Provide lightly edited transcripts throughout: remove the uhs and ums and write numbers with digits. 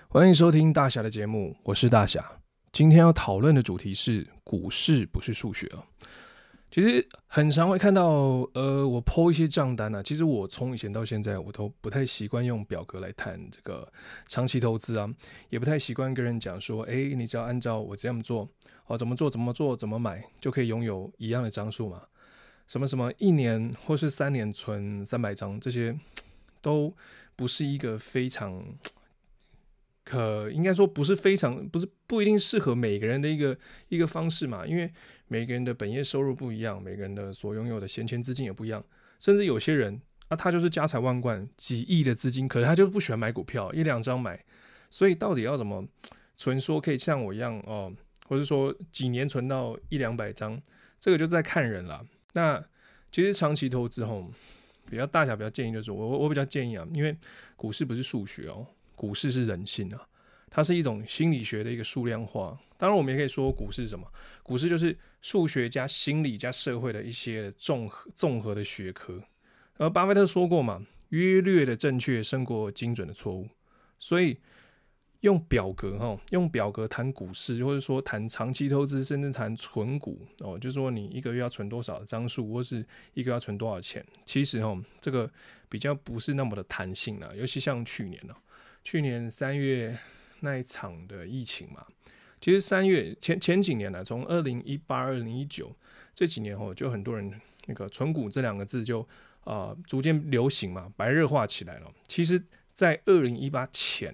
欢迎收听大侠的节目，我是大侠。今天要讨论的主题是股市不是数学哦。其实很常会看到，我 po 一些账单啊。其实我从以前到现在，我都不太习惯用表格来谈这个长期投资啊，也不太习惯跟人讲说，你只要按照我这样做，怎么做，怎么买，就可以拥有一样的张数嘛。什么1年或是3年存300张，这些都不是一个非常。应该说不一定适合每个人的一个方式嘛，因为每个人的本业收入不一样，每个人的所拥有的闲钱资金也不一样，甚至有些人他就是家财万贯，几亿的资金，可是他就不喜欢买股票，1-2张买，所以到底要怎么存说可以像我一样或者说几年存到100-200张，这个就在看人啦。那其实长期投资大侠比较建议就是我比较建议啊，因为股市不是数学股市是人性啊，它是一种心理学的一个数量化。当然，我们也可以说股市是什么？股市就是数学加心理加社会的一些综合的学科。而巴菲特说过嘛，约略的正确胜过精准的错误。所以用表格谈股市，或者说谈长期投资，甚至谈存股就是说你一个月要存多少的张数，或是一个月要存多少钱，其实这个比较不是那么的弹性啦。尤其像去年3月那一场的疫情嘛，其实3月前几年从2018、2019这几年就很多人那个存股这2个字就逐渐流行嘛，白热化起来了。其实，在2018前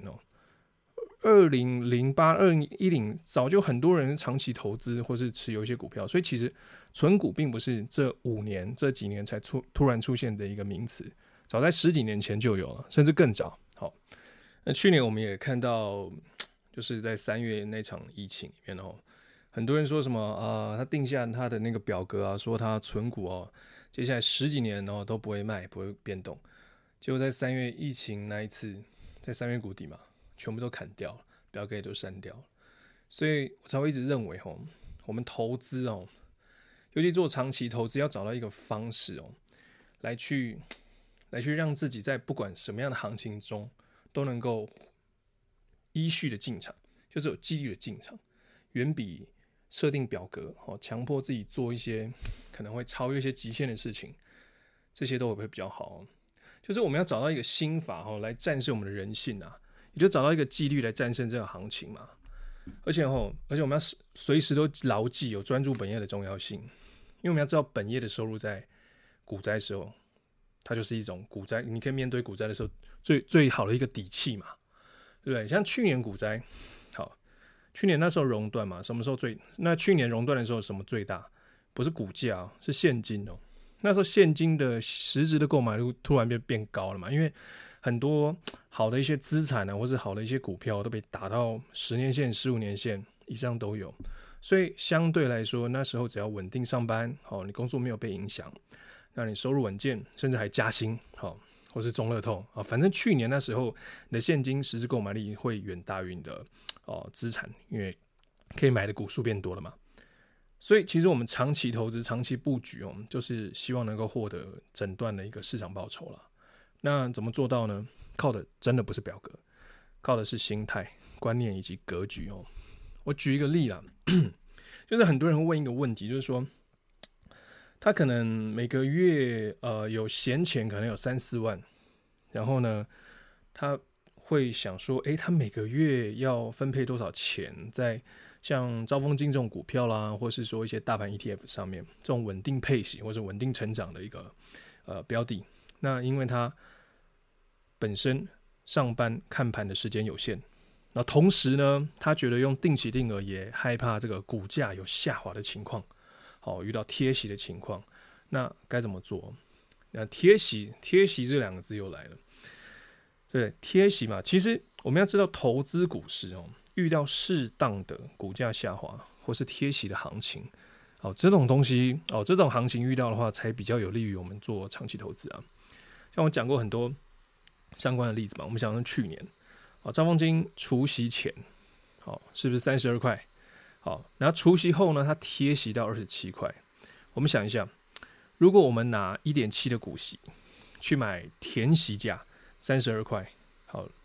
2008、2010早就很多人长期投资或是持有一些股票，所以其实存股并不是这5年这几年才突然出现的一个名词，早在10几年前就有了，甚至更早。那去年我们也看到，就是在3月那场疫情里面很多人说什么他定下他的那个表格啊，说他存股接下来10几年都不会卖，不会变动。结果在3月疫情那一次，在3月谷底嘛，全部都砍掉了，表格也都删掉了。所以我才会一直认为我们投资尤其做长期投资，要找到一个方式来去让自己在不管什么样的行情中，都能够依序的进场，就是有纪律的进场，远比设定表格强迫自己做一些可能会超越一些极限的事情，这些都会比较好。就是我们要找到一个心法来战胜我们的人性啊，也就找到一个纪律来战胜这个行情嘛。而且我们要随时都牢记有专注本业的重要性，因为我们要知道本业的收入在股灾的时候，它就是一种股灾，你可以面对股灾的时候最好的一个底气嘛，对不对？像去年股灾，去年那时候熔断嘛，什么时候那去年熔断的时候什么最大？不是股价是现金那时候现金的实质的购买力突然变高了嘛，因为很多好的一些资产或是好的一些股票都被打到10年线、15年线以上都有，所以相对来说，那时候只要稳定上班，你工作没有被影响，那你收入稳健，甚至还加薪，或是中乐透反正去年那时候你的现金实质购买力会远大于你的资产，因为可以买的股数变多了嘛。所以其实我们长期投资、长期布局就是希望能够获得整段的一个市场报酬啦。那怎么做到呢？靠的真的不是表格，靠的是心态、观念以及格局我举一个例啦，就是很多人会问一个问题，就是说他可能每个月有闲钱，可能有3-4万，然后呢，他会想说，他每个月要分配多少钱在像兆丰金这种股票啦，或是说一些大盘 ETF 上面，这种稳定配息或者稳定成长的一个标的。那因为他本身上班看盘的时间有限，那同时呢，他觉得用定期定额也害怕这个股价有下滑的情况，遇到贴息的情况，那该怎么做？那贴息这2个字又来了。对，贴息嘛，其实我们要知道，投资股市遇到适当的股价下滑或是贴息的行情，这种东西这种行情遇到的话，才比较有利于我们做长期投资啊。像我讲过很多相关的例子嘛，我们想说去年兆丰金除息前是不是32块？然后除息后呢，它贴息到27块。我们想一下，如果我们拿 1.7 的股息去买填息价32块，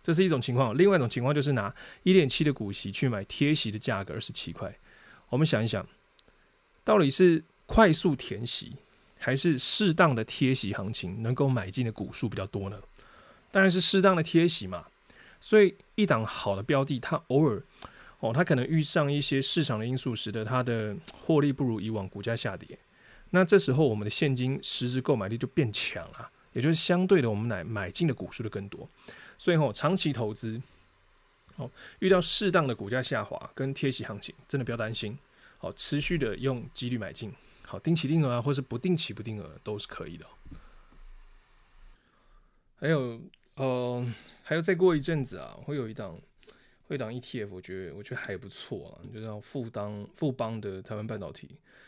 这是一种情况。另外一种情况就是拿 1.7 的股息去买贴息的价格27块。我们想一想，到底是快速填息，还是适当的贴息行情能够买进的股数比较多呢？当然是适当的贴息嘛。所以一档好的标的，它偶尔它可能遇上一些市场的因素，使得它的获利不如以往，股价下跌。那这时候我们的现金实质购买力就变强了，也就是相对的，我们买进的股数就更多。所以长期投资，遇到适当的股价下滑跟贴息行情，真的不要担心，持续的用几率买进，定期定额啊，或是不定期不定额都是可以的。还有再过一阵子啊，会有一档 ETF， 我觉得还不错啊，就叫富邦的台湾半导体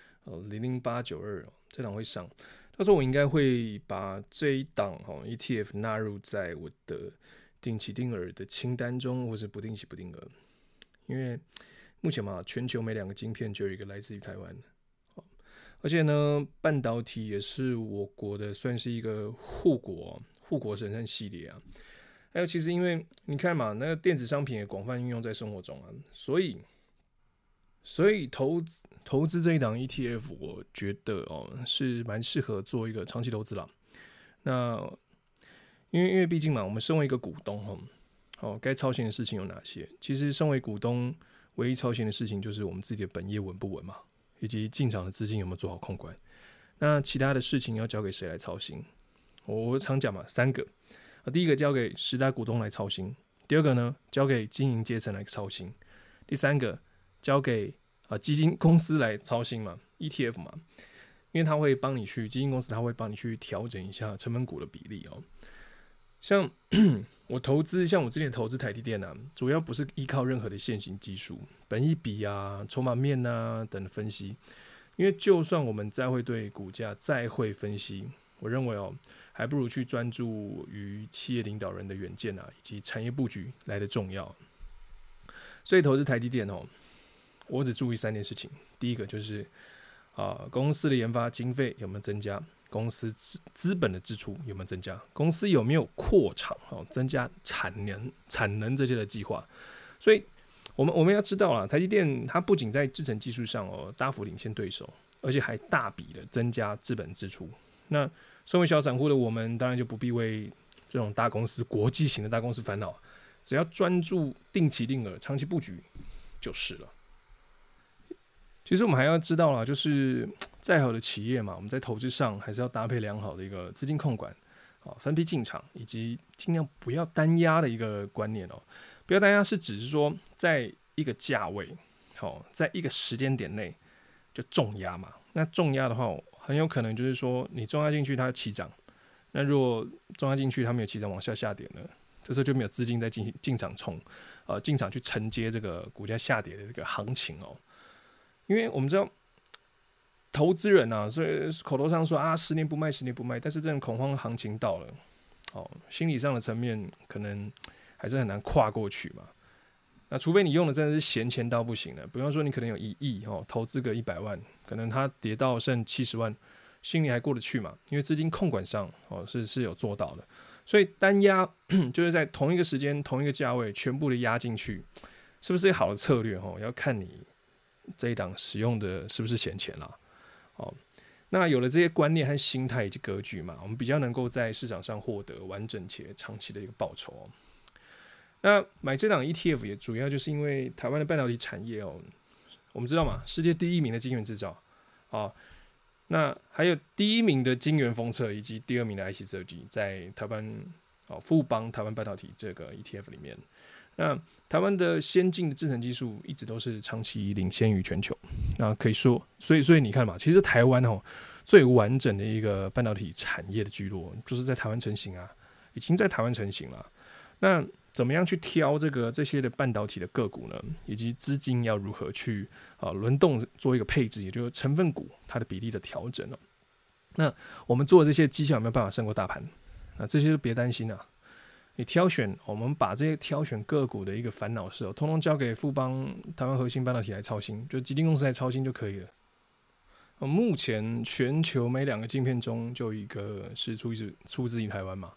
00892，这档会上。到时候我应该会把这一档ETF 纳入在我的定期定额的清单中，或是不定期不定额，因为目前嘛，全球每2个晶片就有一个来自于台湾，而且呢，半导体也是我国的算是一个护国神山系列啊。还有，其实因为你看嘛，那个电子商品也广泛运用在生活中啊，所以投资这一档 ETF， 我觉得是蛮适合做一个长期投资啦。那因为毕竟嘛，我们身为一个股东该操心的事情有哪些？其实身为股东，唯一操心的事情就是我们自己的本业稳不稳嘛，以及进场的资金有没有做好控管。那其他的事情要交给谁来操心？我常讲嘛，3个。第一个交给10大股东来操心，第二个呢交给经营阶层来操心，第三个交给基金公司来操心嘛 ，ETF 嘛，因为它会帮你去基金公司，它会帮你去调整一下成分股的比例像我之前投资台积电啊，主要不是依靠任何的现行技术、本益比啊、筹码面啊等的分析，因为就算我们再会对股价再会分析，我认为还不如去专注于企业领导人的远见以及产业布局来的重要。所以投资台积电我只注意3件事情。第一个就是公司的研发经费有没有增加，公司资本的支出有没有增加，公司有没有扩厂增加产能这些的计划。所以我们要知道台积电它不仅在制程技术上大幅领先对手，而且还大笔的增加资本支出。那身为小散户的我们，当然就不必为这种大公司、国际型的大公司烦恼，只要专注定期定额、长期布局就是了。其实我们还要知道啦，就是再好的企业嘛，我们在投资上还是要搭配良好的一个资金控管，分批进场，以及尽量不要单压的一个观念不要单压是只是说在一个价位，在一个时间点内就重压嘛。那重压的话，很有可能就是说你重压进去它起涨，那如果重压进去它没有起涨往下跌呢，这时候就没有资金在进场进场去承接这个股价下跌的这个行情因为我们知道投资人所以口头上说10年不卖10年不卖，但是这种恐慌行情到了心理上的层面可能还是很难跨过去嘛。那除非你用的真的是闲钱到不行了，比方说你可能有1亿投资个100万，可能它跌到剩70万，心里还过得去嘛？因为资金控管上是有做到的。所以单压就是在同一个时间、同一个价位全部的压进去，是不是一个好的策略要看你这一档使用的是不是闲钱啦。那有了这些观念和心态以及格局嘛，我们比较能够在市场上获得完整且长期的一个报酬那买这档 ETF 也主要就是因为台湾的半导体产业我们知道嘛，世界第1名的晶圆制造那还有第1名的晶圆封测以及第2名的 IC 设计，在台湾富邦台湾半导体这个 ETF 里面。那台湾的先进的制程技术一直都是长期领先于全球。那可以说，所以你看嘛，其实台湾最完整的一个半导体产业的聚落，就是在台湾成型已经在台湾成型了。那怎么样去挑这些的半导体的个股呢？以及资金要如何去轮动做一个配置，也就是成分股它的比例的调整那我们做的这些绩效有没有办法胜过大盘？那这些都别担心你挑选，我们把这些挑选个股的一个烦恼事通通交给富邦台湾核心半导体来操心，就基金公司来操心就可以了。目前全球每2个晶片中就有1个是出自于台湾嘛，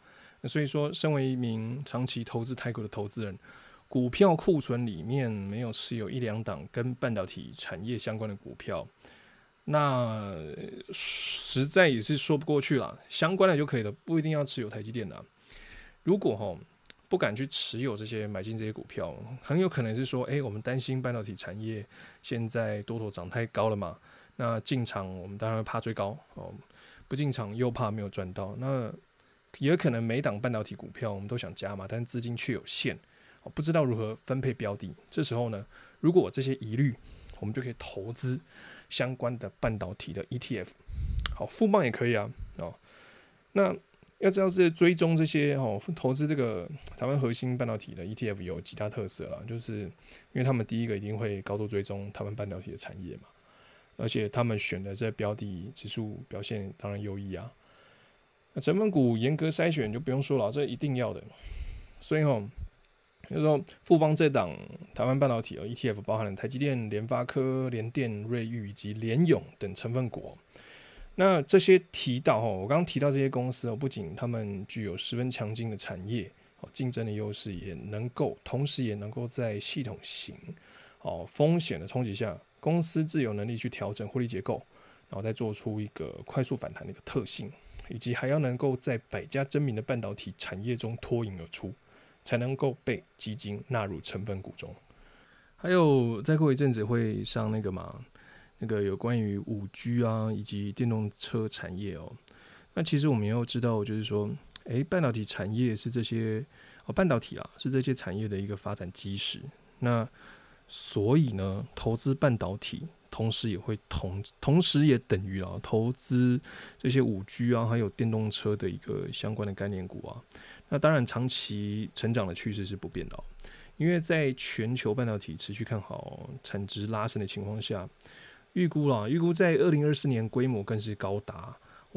所以说，身为一名长期投资台股的投资人，股票库存里面没有持有1-2档跟半导体产业相关的股票，那实在也是说不过去啦。相关的就可以了，不一定要持有台积电的。如果不敢去持有这些买进这些股票，很有可能是说，我们担心半导体产业现在多头涨太高了嘛，那进场我们当然会怕追高不进场又怕没有赚到。那也可能每档半导体股票我们都想加嘛，但资金却有限，不知道如何分配标的。这时候呢，如果这些疑虑，我们就可以投资相关的半导体的 ETF。好，富邦也可以啊。那要知道这追踪这些投资这个台湾核心半导体的 ETF 有几大特色啦，就是因为他们第一个一定会高度追踪台湾半导体的产业嘛，而且他们选的这标的指数表现当然优异啊。那成分股严格筛选就不用说了，这一定要的。所以就是说富邦这档台湾半导体ETF 包含了台积电、联发科、联电、瑞昱以及联咏等成分股。那这些提到我刚刚提到这些公司不仅他们具有十分强劲的产业竞争的优势，也能够同时也能够在系统型风险的冲击下，公司自有能力去调整获利结构，然后再做出一个快速反弹的一个特性，以及还要能够在百家争鸣的半导体产业中脱颖而出，才能够被基金纳入成分股中。还有再过一阵子会上那个有关于5G 啊以及电动车产业那其实我们要知道，就是说半导体产业是这些半导体是这些产业的一个发展基石。那所以呢，投资半导体同时也等于投资这些5G 啊还有电动车的一个相关的概念股啊。那当然长期成长的趋势是不变的因为在全球半导体持续看好产值拉升的情况下，预估在2024年规模更是高达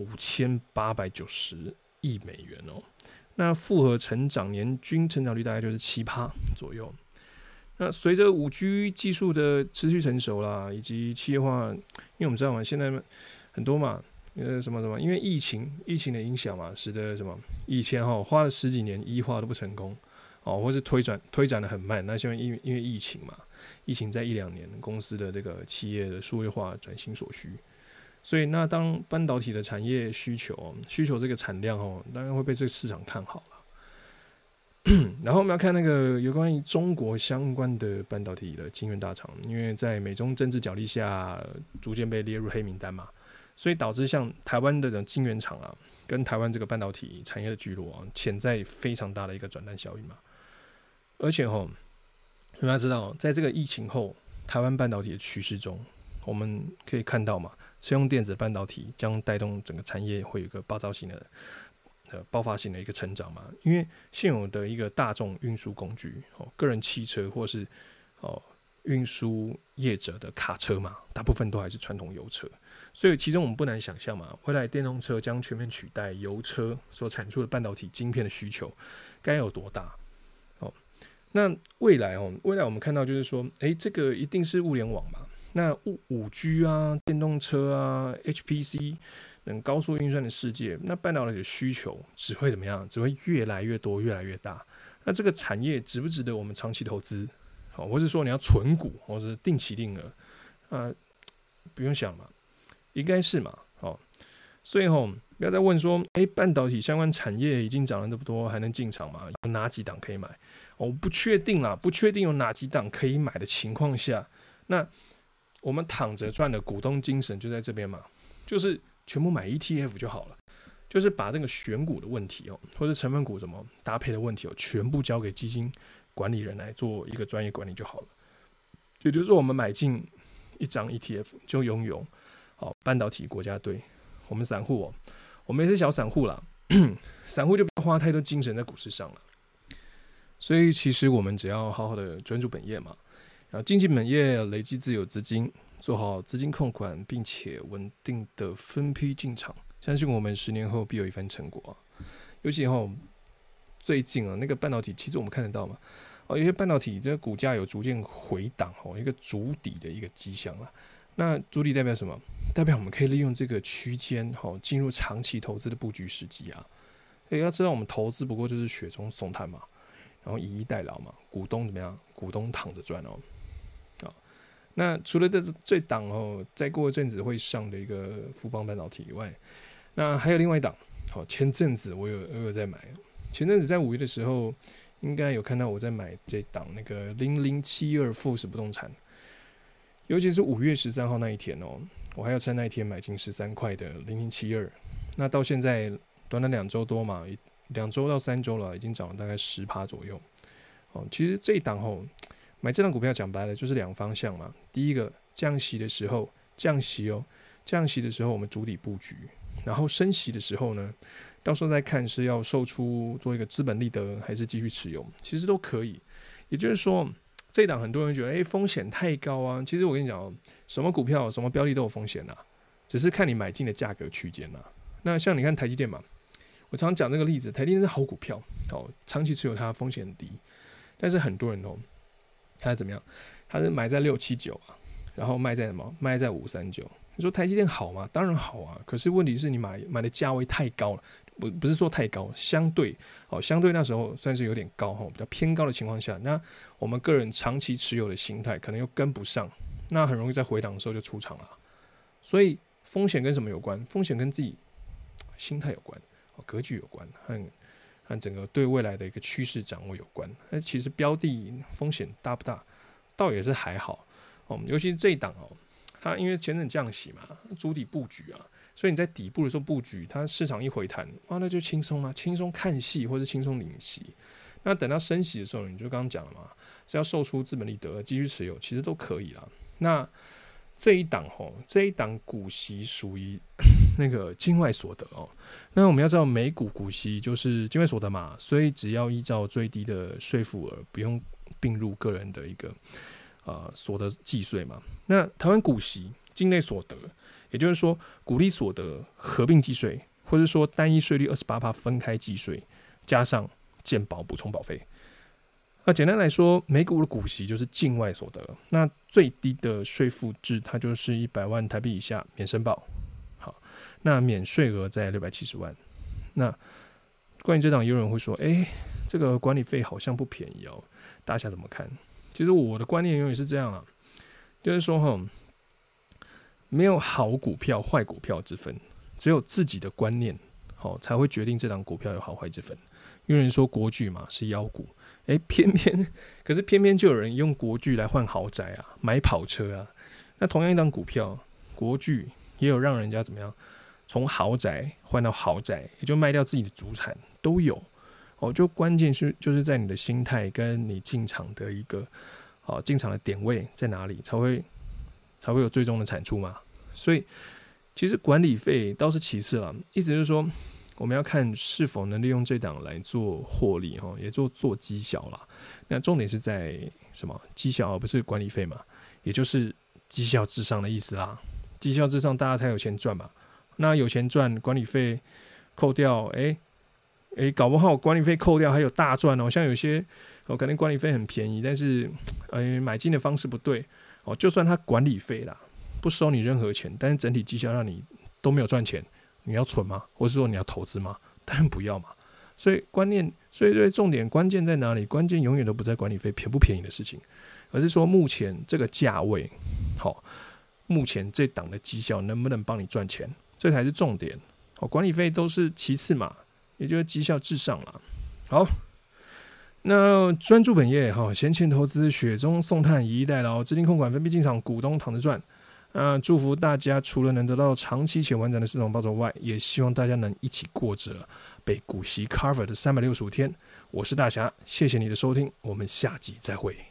5890亿美元那复合成长年均成长率大概就是 7% 左右。那随着 5G 技术的持续成熟啦，以及企业化，因为我们知道嘛，现在很多嘛，什么，因为疫情的影响嘛，使得什么以前花了10几年医化都不成功或是推展的很慢。那现在因为疫情嘛，疫情在1-2年，公司的这个企业的数位化转型所需，所以那当半导体的产业需求这个产量当然会被这个市场看好了。然后我们要看那个有关于中国相关的半导体的晶圆大厂，因为在美中政治角力下，逐渐被列入黑名单嘛，所以导致像台湾的晶圆厂跟台湾这个半导体产业的聚落潜在非常大的一个转单效应嘛。而且我们要知道，在这个疫情后，台湾半导体的趋势中，我们可以看到嘛，车用电子半导体将带动整个产业会有一个爆发性的一个成长嘛。因为现有的一个大众运输工具个人汽车或是运输业者的卡车嘛，大部分都还是传统油车，所以其中我们不难想象嘛，未来电动车将全面取代油车所产出的半导体晶片的需求该有多大那未来我们看到就是说这个一定是物联网嘛，那 5G 啊电动车啊 HPC 等高速运算的世界，那半导体的需求只会怎么样？只会越来越多越来越大。那这个产业值不值得我们长期投资或是说你要存股或是定期定额不用想嘛，应该是嘛所以不要再问说半导体相关产业已经涨了那么多还能进场吗？有哪几档可以买我不确定有哪几档可以买的情况下，那我们躺着赚的股东精神就在这边嘛，就是全部买 ETF 就好了，就是把这个选股的问题或者成分股怎么搭配的问题全部交给基金管理人来做一个专业管理就好了。也就是说，我们买进一张 ETF 就拥有半导体国家队。我们散户我们也是小散户啦，散户就不要花太多精神在股市上了。所以其实我们只要好好的专注本业嘛，然后精进本业，累积自有资金，做好资金控管，并且稳定的分批进场，相信我们10年后必有一番成果尤其最近那个半导体，其实我们看得到嘛，有些半导体这个股价有逐渐回档一个筑底的一个迹象啦。那筑底代表什么？代表我们可以利用这个区间进入长期投资的布局时机要知道我们投资不过就是雪中送炭嘛，然后以逸待劳嘛，股东怎么样？股东躺着赚哦。好，那除了这档哦，再过一阵子会上的一个富邦半导体以外，那还有另外一档。好，前阵子我有在买，前阵子在5月的时候，应该有看到我在买这档那个0072富士不动产，尤其是5月13号那一天哦，我还要趁那一天买进13块的0072，那到现在短短2周多嘛，2周到3周了，已经涨了大概10%左右。哦，其实这一档哦，买这档股票讲白了就是2方向嘛。第一个，降息的时候，降息的时候我们筑底布局，然后升息的时候呢，到时候再看是要售出做一个资本利得，还是继续持有，其实都可以。也就是说，这一档很多人觉得，风险太高啊。其实我跟你讲哦，什么股票、什么标的都有风险啊，只是看你买进的价格区间啊。那像你看台积电嘛，我常讲那个例子，台积电是好股票哦，长期持有它风险很低，但是很多人哦，他怎么样？他是买在679啊，然后卖在什么？卖在539。你说台积电好吗？当然好啊，可是问题是你买的价位太高了，不是说太高，相对那时候算是有点高，比较偏高的情况下，那我们个人长期持有的心态可能又跟不上，那很容易在回档的时候就出场了。所以风险跟什么有关？风险跟自己心态有关，格局有关，和整个对未来的一个趋势掌握有关。那其实标的风险大不大？倒也是还好，尤其是这一档哦。它因为前阵降息嘛，筑底布局啊，所以你在底部的时候布局，它市场一回弹，那就轻松啊，轻松看戏或是轻松领息。那等到升息的时候，你就刚刚讲了嘛，是要售出资本利得，继续持有，其实都可以啦。那这一档股息属于那个境外所得哦。那我们要知道美股股息就是境外所得嘛，所以只要依照最低的税负额，不用并入个人的一个所得计税嘛。那台湾股息境内所得，也就是说股利所得合并计税，或者说单一税率 28% 分开计税，加上健保补充保费。那简单来说，美股的股息就是境外所得，那最低的税负制它就是100万台币以下免申报。好，那免税额在670万。那关于这档，有人会说，这个管理费好像不便宜哦，大家怎么看？其实我的观念永远是这样啊，就是说没有好股票、坏股票之分，只有自己的观念才会决定这档股票有好坏之分。有人说国巨嘛是妖股，偏偏就有人用国巨来换豪宅啊，买跑车啊。那同样一档股票，国巨也有让人家怎么样，从豪宅换到豪宅，也就卖掉自己的主产都有。就关键就是在你的心态跟你进场的一个进场的点位在哪里，才会有最终的产出嘛。所以其实管理费倒是其次啦，意思就是说我们要看是否能利用这档来做获利，也做绩效啦。那重点是在什么？绩效而不是管理费嘛，也就是绩效至上的意思啦。绩效至上，大家才有钱赚嘛。那有钱赚，管理费扣掉，搞不好管理费扣掉还有大赚哦。像有些可能管理费很便宜，但是买进的方式不对就算他管理费啦不收你任何钱，但是整体绩效让你都没有赚钱，你要存吗？或是说你要投资吗？当然不要嘛。所以重点关键在哪里？关键永远都不在管理费便不便宜的事情，而是说目前这个价位，目前这档的绩效能不能帮你赚钱，这才是重点。管理费都是其次嘛，也就是绩效至上啦。好，那专注本业闲钱投资，雪中送炭，以逸待劳，资金控管，分批进场，股东躺着赚。祝福大家除了能得到长期且完整的市场报酬外，也希望大家能一起过着被股息 cover 的365天。我是大侠，谢谢你的收听，我们下集再会。